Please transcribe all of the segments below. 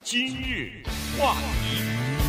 今日话题。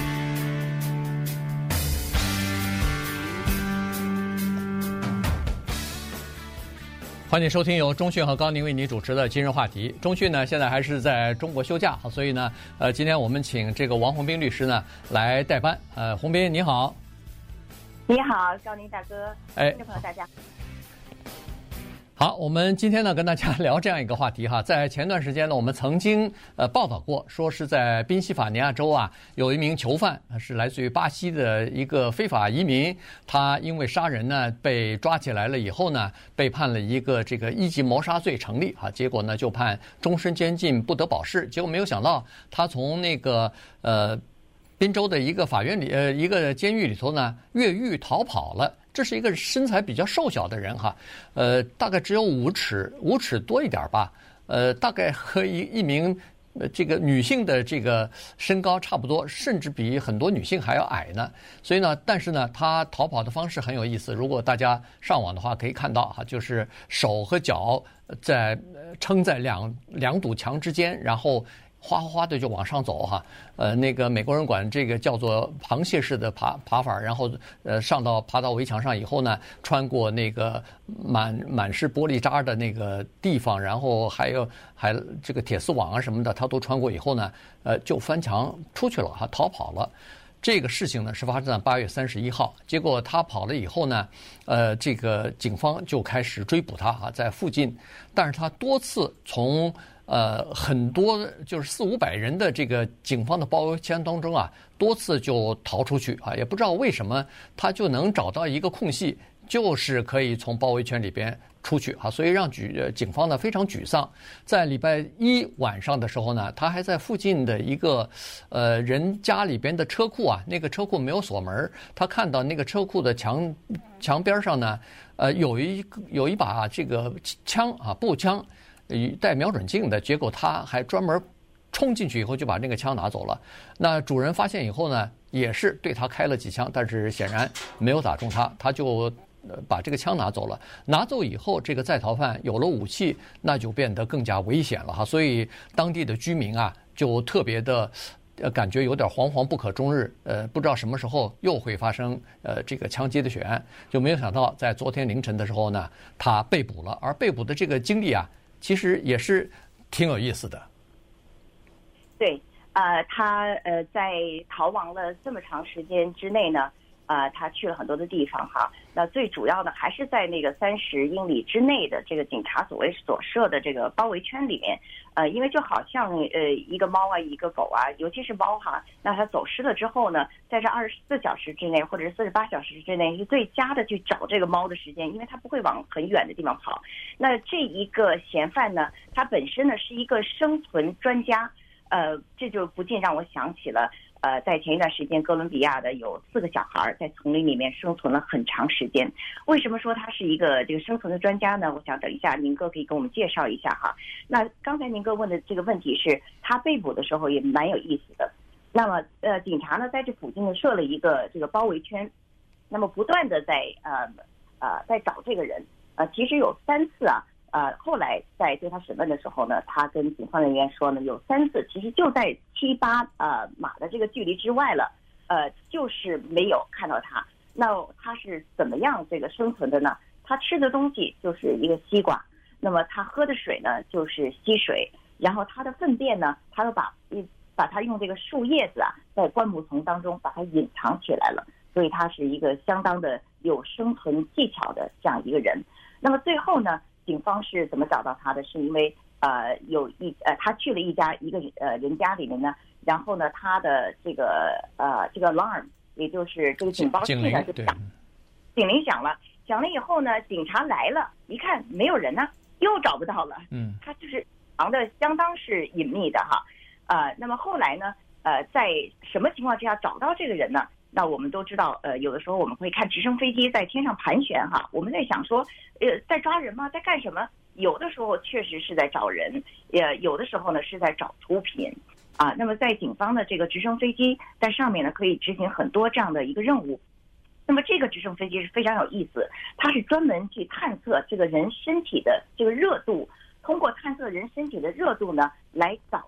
欢迎收听由钟讯和高宁为你主持的今日话题。钟讯呢现在还是在中国休假，所以呢，今天我们请这个王宏斌律师呢来代班。宏斌你好。 你好，高宁大哥，听众朋友大家。 好，我们今天呢跟大家聊这样一个话题哈，在前段时间呢，我们曾经报道过，说是在宾夕法尼亚州啊，有一名囚犯是来自于巴西的一个非法移民，他因为杀人呢被抓起来了以后呢，被判了一个这个1级谋杀罪成立啊，结果呢就判终身监禁不得保释，结果没有想到他从那个宾州的一个法院里一个监狱里头呢越狱逃跑了。这是一个身材比较瘦小的人哈，大概只有5尺多一点吧，大概和一名这个女性的这个身高差不多，甚至比很多女性还要矮呢。所以呢，但是呢，他逃跑的方式很有意思。如果大家上网的话，可以看到哈，就是手和脚在撑在两堵墙之间，然后哗哗哗的就往上走哈，那个美国人管这个叫做螃蟹式的爬法，然后爬到围墙上以后呢，穿过那个满是玻璃渣的那个地方，然后还这个铁丝网啊什么的，他都穿过以后呢，就翻墙出去了哈，逃跑了。这个事情呢是发生在8月31号，结果他跑了以后呢，这个警方就开始追捕他啊，在附近，但是他多次从很多就是400-500人的这个警方的包围圈当中啊，多次就逃出去啊，也不知道为什么他就能找到一个空隙，就是可以从包围圈里边出去啊，所以让警方呢非常沮丧。在礼拜1晚上的时候呢，他还在附近的一个人家里边的车库啊，那个车库没有锁门，他看到那个车库的墙边上呢，有一把这个枪啊，步枪。带瞄准镜的，结果他还专门冲进去以后就把那个枪拿走了。那主人发现以后呢，也是对他开了几枪，但是显然没有打中他，他就把这个枪拿走了。拿走以后，这个在逃犯有了武器，那就变得更加危险了哈。所以当地的居民啊，就特别的感觉有点惶惶不可终日，不知道什么时候又会发生这个枪击的血案，就没有想到在昨天凌晨的时候呢，他被捕了。而被捕的这个经历啊，其实也是挺有意思的。 对，他在逃亡了这么长时间之内呢，他去了很多的地方哈。那最主要的还是在那个30英里之内的这个警察所设的这个包围圈里面。因为就好像一个猫啊，一个狗啊，尤其是猫哈，那它走失了之后呢，在这24小时之内或者是48小时之内是最佳的去找这个猫的时间，因为它不会往很远的地方跑。那这一个嫌犯呢，他本身呢是一个生存专家，这就不禁让我想起了在前一段时间哥伦比亚的有4个小孩在丛林里面生存了很长时间。为什么说他是一个这个生存的专家呢？我想等一下宁哥可以给我们介绍一下哈。那刚才宁哥问的这个问题是他被捕的时候也蛮有意思的。那么警察呢在这附近呢设了一个这个包围圈，那么不断的在找这个人。其实有3次啊。后来在对他审问的时候呢，他跟警方人员说呢，有3次其实就在7-8码的这个距离之外了，就是没有看到他。那他是怎么样这个生存的呢？他吃的东西就是一个西瓜，那么他喝的水呢就是溪水，然后他的粪便呢，他都把它用这个树叶子啊，在灌木丛当中把它隐藏起来了，所以他是一个相当的有生存技巧的这样一个人。那么最后呢，警方是怎么找到他的？是因为他去了一个人家里面呢，然后呢，他的这个 alarm， 也就是这个警报器呢就响，警铃响了以后呢，警察来了，一看没有人呢，又找不到了。他就是藏的相当是隐秘的哈。那么后来呢，在什么情况之下找到这个人呢？那我们都知道，有的时候我们会看直升飞机在天上盘旋哈，我们在想说，在抓人吗？在干什么？有的时候确实是在找人，有的时候呢是在找毒品啊。那么在警方的这个直升飞机在上面呢，可以执行很多这样的一个任务。那么这个直升飞机是非常有意思，它是专门去探测这个人身体的这个热度，通过探测人身体的热度呢，来找到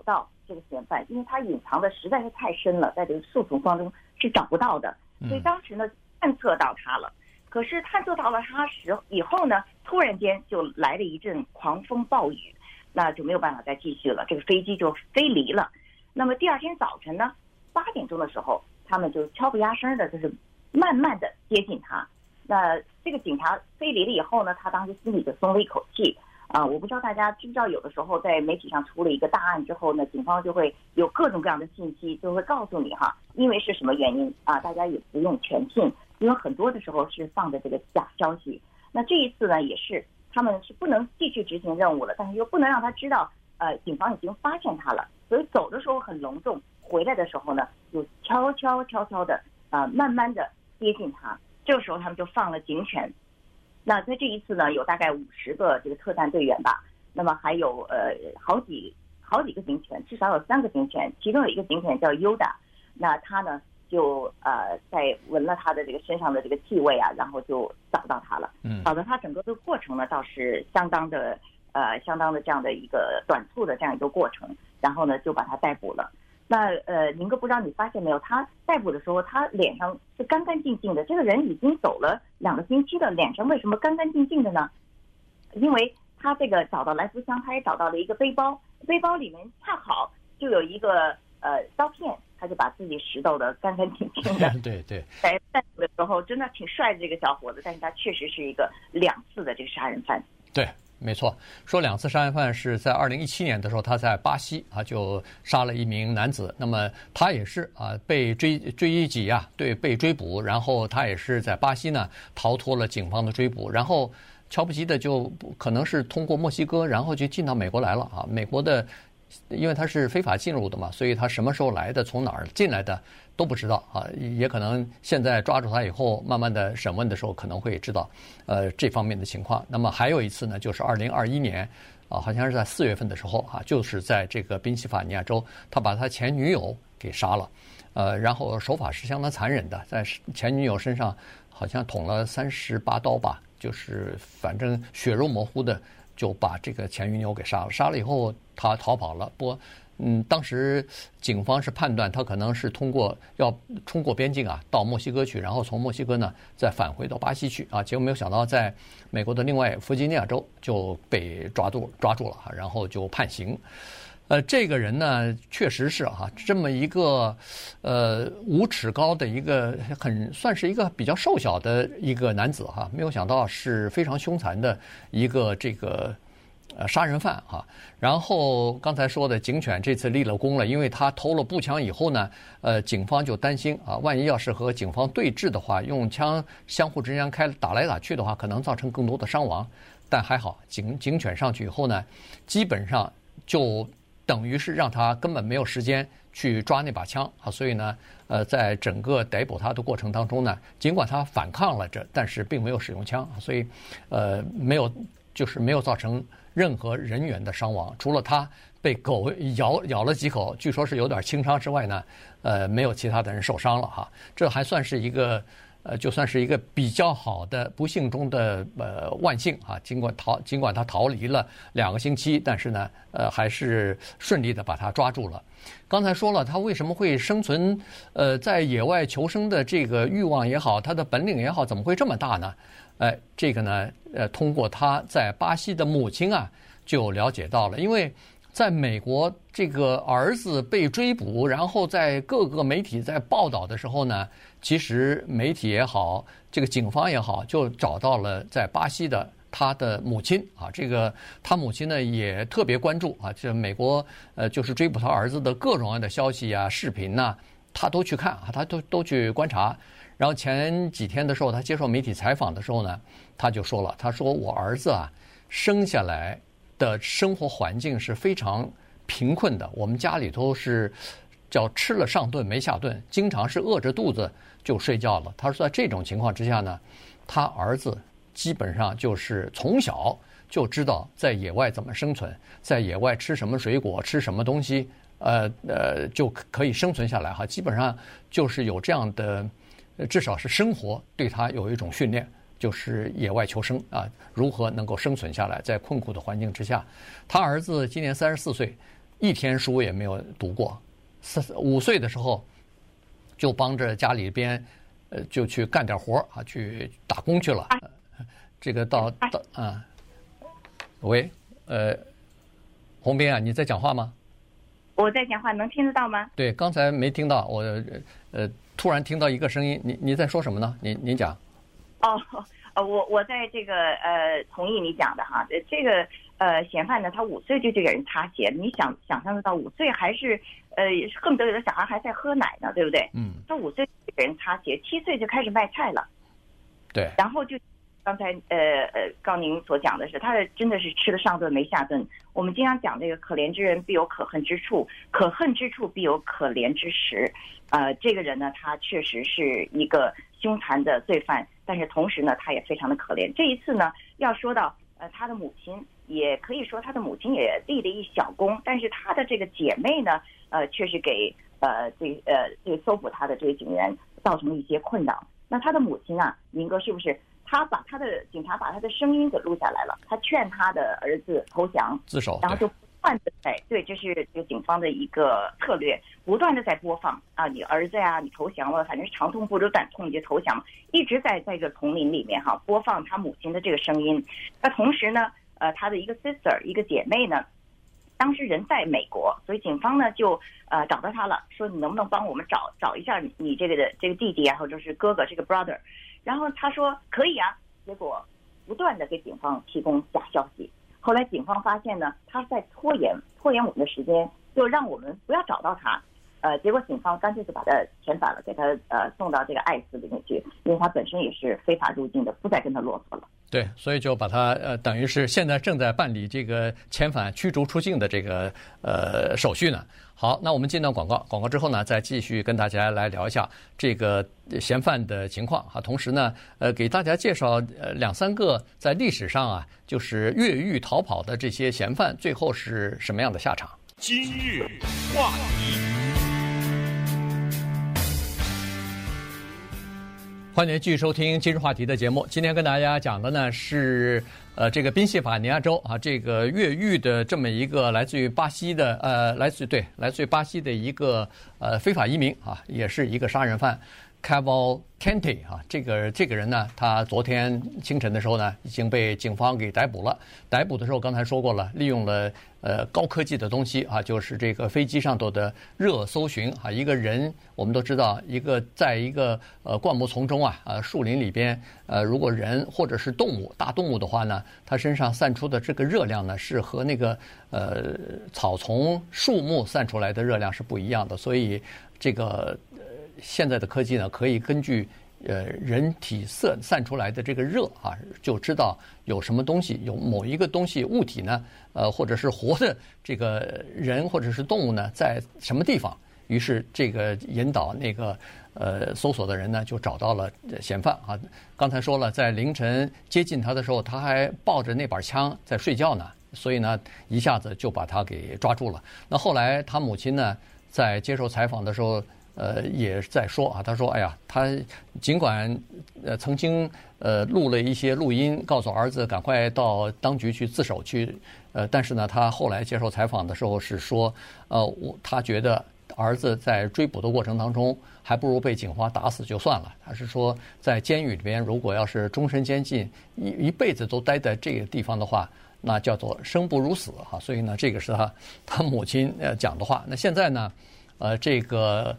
这个嫌犯，因为他隐藏的实在是太深了，在这个树丛当中是找不到的，所以当时呢探测到他了。可是探测到了他以后呢，突然间就来了一阵狂风暴雨，那就没有办法再继续了，这个飞机就飞离了。那么第二天早晨呢，8点钟的时候，他们就悄不压声的，就是慢慢的接近他。那这个警察飞离了以后呢，他当时心里就松了一口气。我不知道大家知不知道，有的时候在媒体上出了一个大案之后呢，警方就会有各种各样的信息，就会告诉你哈，因为是什么原因啊，大家也不用全信，因为很多的时候是放的这个假消息。那这一次呢，也是他们是不能继续执行任务了，但是又不能让他知道，警方已经发现他了，所以走的时候很隆重，回来的时候呢，就悄悄的慢慢的接近他。这个时候他们就放了警犬。那在这一次呢，有大概50个这个特战队员吧，那么还有好几个警犬，至少有3个警犬，其中有一个警犬叫优达，那他呢就在闻了他的这个身上的这个气味啊，然后就找到他了。找到他整个的过程呢，倒是相当的这样的一个短促的这样一个过程，然后呢就把他逮捕了。那宁哥不知道你发现没有，他逮捕的时候，他脸上是干干净净的。这个人已经走了2个星期了，脸上为什么干干净净的呢？因为他这个找到来福枪，他也找到了一个背包，背包里面恰好就有一个刀片，他就把自己拾掇的干干净净的。 对对， 在逮捕的时候真的挺帅的这个小伙子，但是他确实是一个2次的这个杀人犯。 对。没错，说2次杀人犯是在2017年的时候，他在巴西就杀了一名男子。那么他也是被追击对，被追捕，然后他也是在巴西呢逃脱了警方的追捕，然后悄不及的就可能是通过墨西哥，然后就进到美国来了美国的，因为他是非法进入的嘛，所以他什么时候来的，从哪儿进来的都不知道也可能现在抓住他以后，慢慢的审问的时候可能会知道这方面的情况。那么还有一次呢，就是2021年好像是在4月份的时候就是在这个宾夕法尼亚州，他把他前女友给杀了，然后手法是相当残忍的，在前女友身上好像捅了38刀吧，就是反正血肉模糊的就把这个前女友给杀了。杀了以后他逃跑了，不过当时警方是判断他可能是要冲过边境到墨西哥去，然后从墨西哥呢再返回到巴西去结果没有想到在美国的另外弗吉尼亚州就被抓住了然后就判刑。这个人呢，确实是这么一个5尺高的一个算是一个比较瘦小的一个男子没有想到是非常凶残的一个这个杀人犯然后刚才说的警犬这次立了功了，因为他偷了步枪以后呢，警方就担心万一要是和警方对峙的话，用枪相互之间打来打去的话，可能造成更多的伤亡。但还好，警犬上去以后呢，基本上就等于是让他根本没有时间去抓那把枪所以呢，在整个逮捕他的过程当中呢，尽管他反抗了但是并没有使用枪所以没有造成任何人员的伤亡，除了他被狗咬了几口，据说是有点轻伤之外呢，没有其他的人受伤了这还算是一个就算是一个比较好的不幸中的万幸尽管他逃离了2个星期，但是呢还是顺利的把他抓住了。刚才说了，他为什么会生存在野外求生的这个欲望也好，他的本领也好，怎么会这么大呢？这个呢通过他在巴西的母亲就了解到了，因为在美国这个儿子被追捕，然后在各个媒体在报道的时候呢，其实媒体也好，这个警方也好，就找到了在巴西的他的母亲这个他母亲呢也特别关注这美国就是追捕他儿子的各种各样的消息视频他都去看他都去观察。然后前几天的时候，他接受媒体采访的时候呢，他就说了，他说我儿子生下来的生活环境是非常贫困的，我们家里头是叫吃了上顿没下顿，经常是饿着肚子就睡觉了。他说在这种情况之下呢，他儿子基本上就是从小就知道在野外怎么生存，在野外吃什么水果，吃什么东西就可以生存下来基本上就是有这样的至少是生活对他有一种训练，就是野外求生如何能够生存下来在困苦的环境之下。他儿子今年34岁， 一天书也没有读过，5岁的时候就帮着家里边就去干点活啊，去打工去了。这个到啊，喂，洪斌啊，你在讲话吗？ 我在讲话，能听得到吗？ 对，刚才没听到，我突然听到一个声音，你在说什么呢？您讲。 我在这个同意你讲的哈，这个嫌犯呢，他5岁就给人擦鞋，你想象得到5岁还是恨不得有的小孩还在喝奶呢，对不对？他5岁就给人擦鞋，7岁就开始卖菜了。 对， 然后就刚才高宁所讲的是，他真的是吃得上顿没下顿。我们经常讲这个可怜之人必有可恨之处，可恨之处必有可怜之时。这个人呢，他确实是一个凶残的罪犯，但是同时呢，他也非常的可怜。这一次呢，要说到他的母亲，也可以说他的母亲也立了一小功，但是他的这个姐妹呢，却是给这个搜捕他的这个警员造成了一些困扰。那他的母亲啊，宁哥是不是？警察把他的声音给录下来了，他劝他的儿子投降自首， 然后就不断的对，这是这个警方的一个策略，不断的在播放啊，你儿子呀，你投降了，反正是长痛不如短痛，你就投降，一直在这个丛林里面哈播放他母亲的这个声音。那同时呢，他的一个 sister 一个姐妹呢，当时人在美国，所以警方呢就找到他了，说你能不能帮我们找一下你这个弟弟啊，或者是哥哥这个 brother。然后他说可以啊，结果不断的给警方提供假消息。后来警方发现呢，他是在拖延我们的时间，就让我们不要找到他。结果警方干脆就把他遣返了，给他送到这个艾斯里面去，因为他本身也是非法入境的，不再跟他啰嗦了。 对，所以就把他等于是现在正在办理这个遣返驱逐出境的这个手续呢。好，那我们进到广告之后呢，再继续跟大家来聊一下这个嫌犯的情况啊。同时呢，给大家介绍2-3个在历史上啊，就是越狱逃跑的这些嫌犯，最后是什么样的下场？ 今日话题。 欢迎继续收听今日话题的节目。今天跟大家讲的呢是这个宾夕法尼亚州啊，这个越狱的这么一个来自于巴西的来自于巴西的一个非法移民啊，也是一个杀人犯 Cavalcante 啊，这个人呢，他昨天清晨的时候呢，已经被警方给逮捕了。逮捕的时候，刚才说过了，利用了高科技的东西啊，就是这个飞机上头的热搜寻啊。一个人我们都知道，在一个灌木丛中啊，树林里边，如果人或者是大动物的话呢，它身上散出的这个热量呢，是和那个草丛树木散出来的热量是不一样的。所以这个现在的科技呢，可以根据人体散出来的这个热啊，就知道有什么东西，有某一个东西物体呢，或者是活的这个人或者是动物呢，在什么地方。于是这个引导那个搜索的人呢，就找到了嫌犯啊。刚才说了，在凌晨接近他的时候，他还抱着那把枪在睡觉呢，所以呢，一下子就把他给抓住了。那后来他母亲呢，在接受采访的时候，也在说啊，他说，哎呀，他尽管曾经录了一些录音，告诉儿子赶快到当局去自首去，但是呢，他后来接受采访的时候是说，他觉得儿子在追捕的过程当中，还不如被警方打死就算了。他是说，在监狱里边，如果要是终身监禁，一辈子都待在这个地方的话，那叫做生不如死哈。所以呢，这个是他母亲讲的话。那现在呢？这个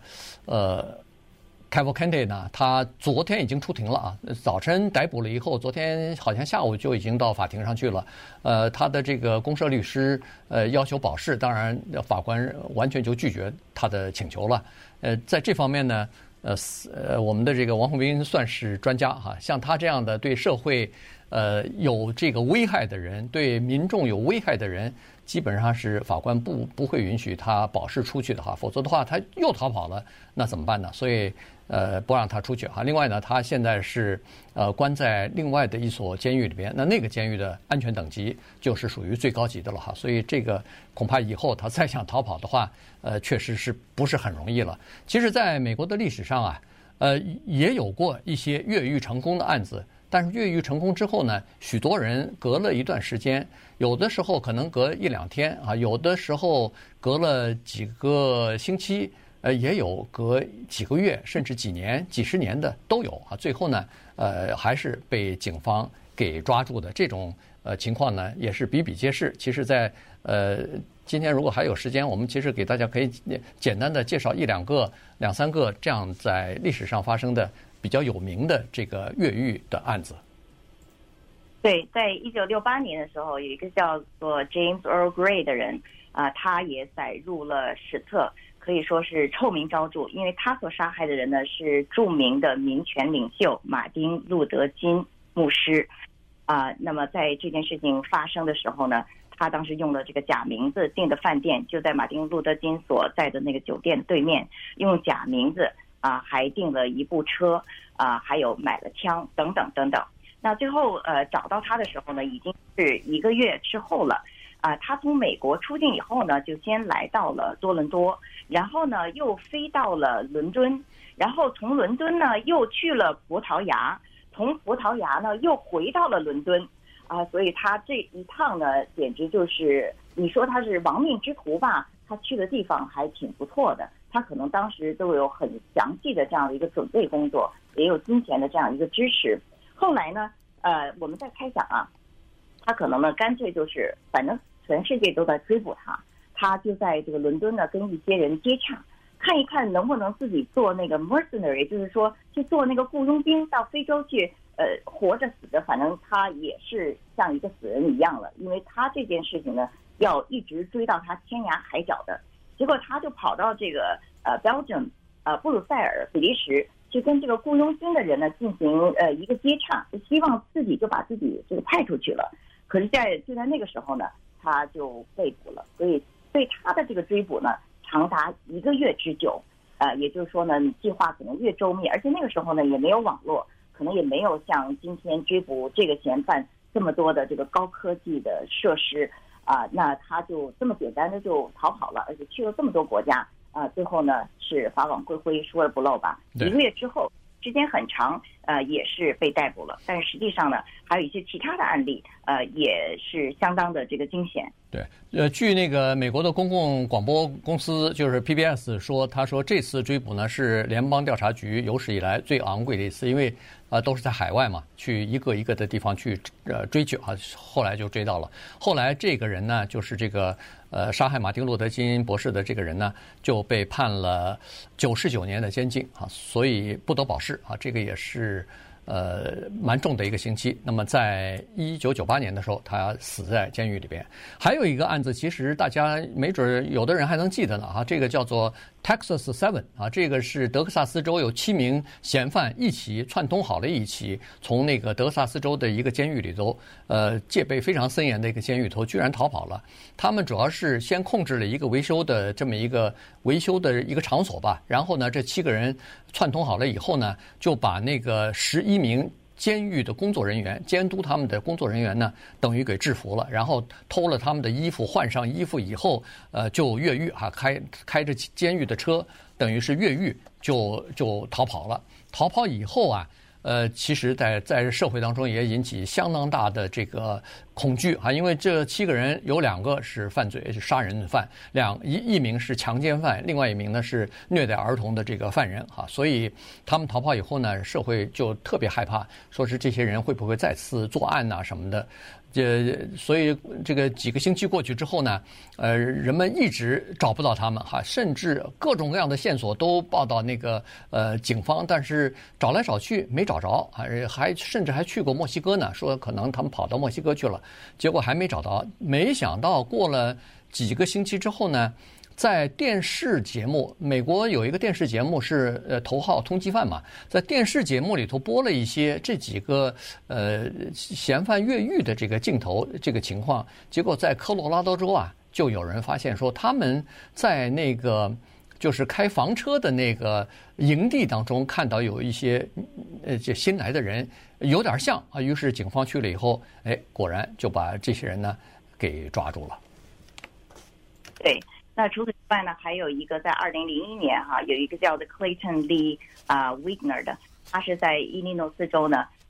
Cavalcante 呢，他昨天已经出庭了啊。早晨逮捕了以后，昨天好像下午就已经到法庭上去了。他的这个公社律师要求保释，当然法官完全就拒绝他的请求了。在这方面呢，我们的这个王宏斌算是专家哈，像他这样的对社会有这个危害的人，对民众有危害的人，基本上是法官不会允许他保释出去的哈，否则的话他又逃跑了，那怎么办呢？所以不让他出去哈。另外呢，他现在是关在另外的一所监狱里边，那个监狱的安全等级就是属于最高级的了哈，所以这个恐怕以后他再想逃跑的话，确实是不是很容易了。其实，在美国的历史上啊，也有过一些越狱成功的案子。 但是越狱成功之后呢，许多人隔了一段时间，有的时候可能隔1-2天啊，有的时候隔了几个星期，也有隔几个月，甚至几年、几十年的都有啊。最后呢，还是被警方给抓住的这种情况呢，也是比比皆是。其实在，今天如果还有时间，我们其实给大家可以简单的介绍1-2个、2-3个这样在历史上发生的比较有名的这个越狱的案子。 对，在1968年的时候，有一个叫做 James Earl Grey 的人他也载入了史册，可以说是臭名昭著，因为他所杀害的人呢是著名的民权领袖马丁·路德·金牧师那么在这件事情发生的时候呢，他当时用了这个假名字订的饭店，就在马丁·路德·金所在的那个酒店对面，用假名字还订了一部车还有买了枪等等等等。那最后找到他的时候呢，已经是1个月之后了他从美国出境以后呢，就先来到了多伦多，然后呢又飞到了伦敦，然后从伦敦呢又去了葡萄牙，从葡萄牙呢又回到了伦敦所以他这一趟呢简直就是你说他是亡命之徒吧，他去的地方还挺不错的，他可能当时都有很详细的这样的一个准备工作，也有金钱的这样一个支持。后来呢我们在猜想他可能呢干脆就是反正全世界都在追捕他就在这个伦敦呢跟一些人接洽，看一看能不能自己做那个 mercenary， 就是说去做那个雇佣兵，到非洲去活着死着，反正他也是像一个死人一样了，因为他这件事情呢要一直追到他天涯海角的。结果他就跑到这个Belgium 布鲁塞尔比利时去跟这个雇佣兵的人呢进行一个接洽，希望自己就把自己这个派出去了。可是就在那个时候呢，他就被捕了，所以对他的这个追捕呢长达1个月之久也就是说呢计划可能越周密，而且那个时候呢也没有网络，可能也没有像今天追捕这个嫌犯这么多的这个高科技的设施那他就这么简单的就逃跑了，而且去了这么多国家最后呢是法网恢恢，疏而不漏吧。1个月之后，时间很长也是被逮捕了，但是实际上呢还有一些其他的案例也是相当的这个惊险。 对，据那个美国的公共广播公司就是 PBS 说，他说这次追捕呢是联邦调查局有史以来最昂贵的一次，因为都是在海外嘛，去一个一个的地方去追究后来就追到了。后来这个人呢，就是这个杀害马丁·路德·金博士的这个人呢，就被判了99年的监禁所以不得保释这个也是蛮重的一个刑期。那么在1998年的时候，他死在监狱里边。还有一个案子，其实大家没准有的人还能记得呢这个叫做 Texas 7这个是德克萨斯州有7名嫌犯一起串通好了一起从那个德克萨斯州的一个监狱里头戒备非常森严的一个监狱头居然逃跑了。他们主要是先控制了一个维修的这么一个维修的一个场所吧，然后呢这7个人串通好了以后呢，就把那个11名监狱的工作人员，监督他们的工作人员呢，等于给制服了，然后偷了他们的衣服，换上衣服以后，就越狱开着监狱的车，等于是越狱就逃跑了。逃跑以后其实在社会当中也引起相当大的这个恐惧因为这7个人有2个是犯罪，是杀人犯，一名是强奸犯，另外一名呢是虐待儿童的这个犯人所以他们逃跑以后呢，社会就特别害怕，说是这些人会不会再次作案什么的。所以这个几个星期过去之后呢，人们一直找不到他们甚至各种各样的线索都报到那个警方，但是找来找去没找着，甚至还去过墨西哥呢，说可能他们跑到墨西哥去了，结果还没找到。没想到过了几个星期之后呢，在电视节目，美国有一个电视节目是头号通缉犯嘛，在电视节目里头播了一些这几个嫌犯越狱的这个镜头，这个情况，结果在科罗拉多州就有人发现说他们在那个就是开房车的那个营地当中看到有一些这新来的人有点像于是警方去了以后，果然就把这些人呢给抓住了。 对。那除此之外呢，还有一个在2001年有一个叫做 Clayton Lee Wigner 的，他是在伊利诺斯州呢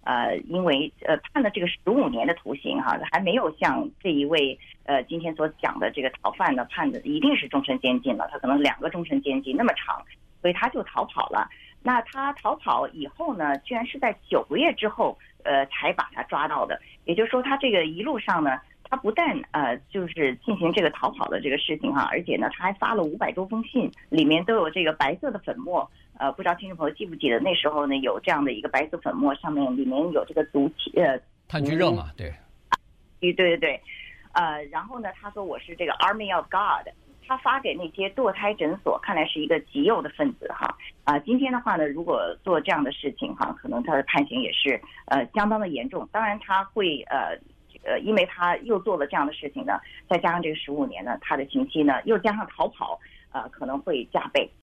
因为判了这个15年的徒刑哈，还没有像这一位今天所讲的这个逃犯呢判的一定是终身监禁了，他可能2个终身监禁那么长，所以他就逃跑了。那他逃跑以后呢，居然是在9个月之后才把他抓到的，也就是说他这个一路上呢，他不但就是进行这个逃跑的这个事情哈，而且呢他还发了500多封信，里面都有这个白色的粉末。不知道听众朋友记不记得那时候呢有这样的一个白色粉末，上面里面有这个炭疽热嘛，对， 对，然后呢他说我是这个 Army of God。他发给那些堕胎诊所，看来是一个极右的分子哈。今天的话呢，如果做这样的事情哈，可能他的判刑也是相当的严重。当然他会因为他又做了这样的事情呢，再加上这个15年呢，他的刑期呢又加上逃跑可能会加倍。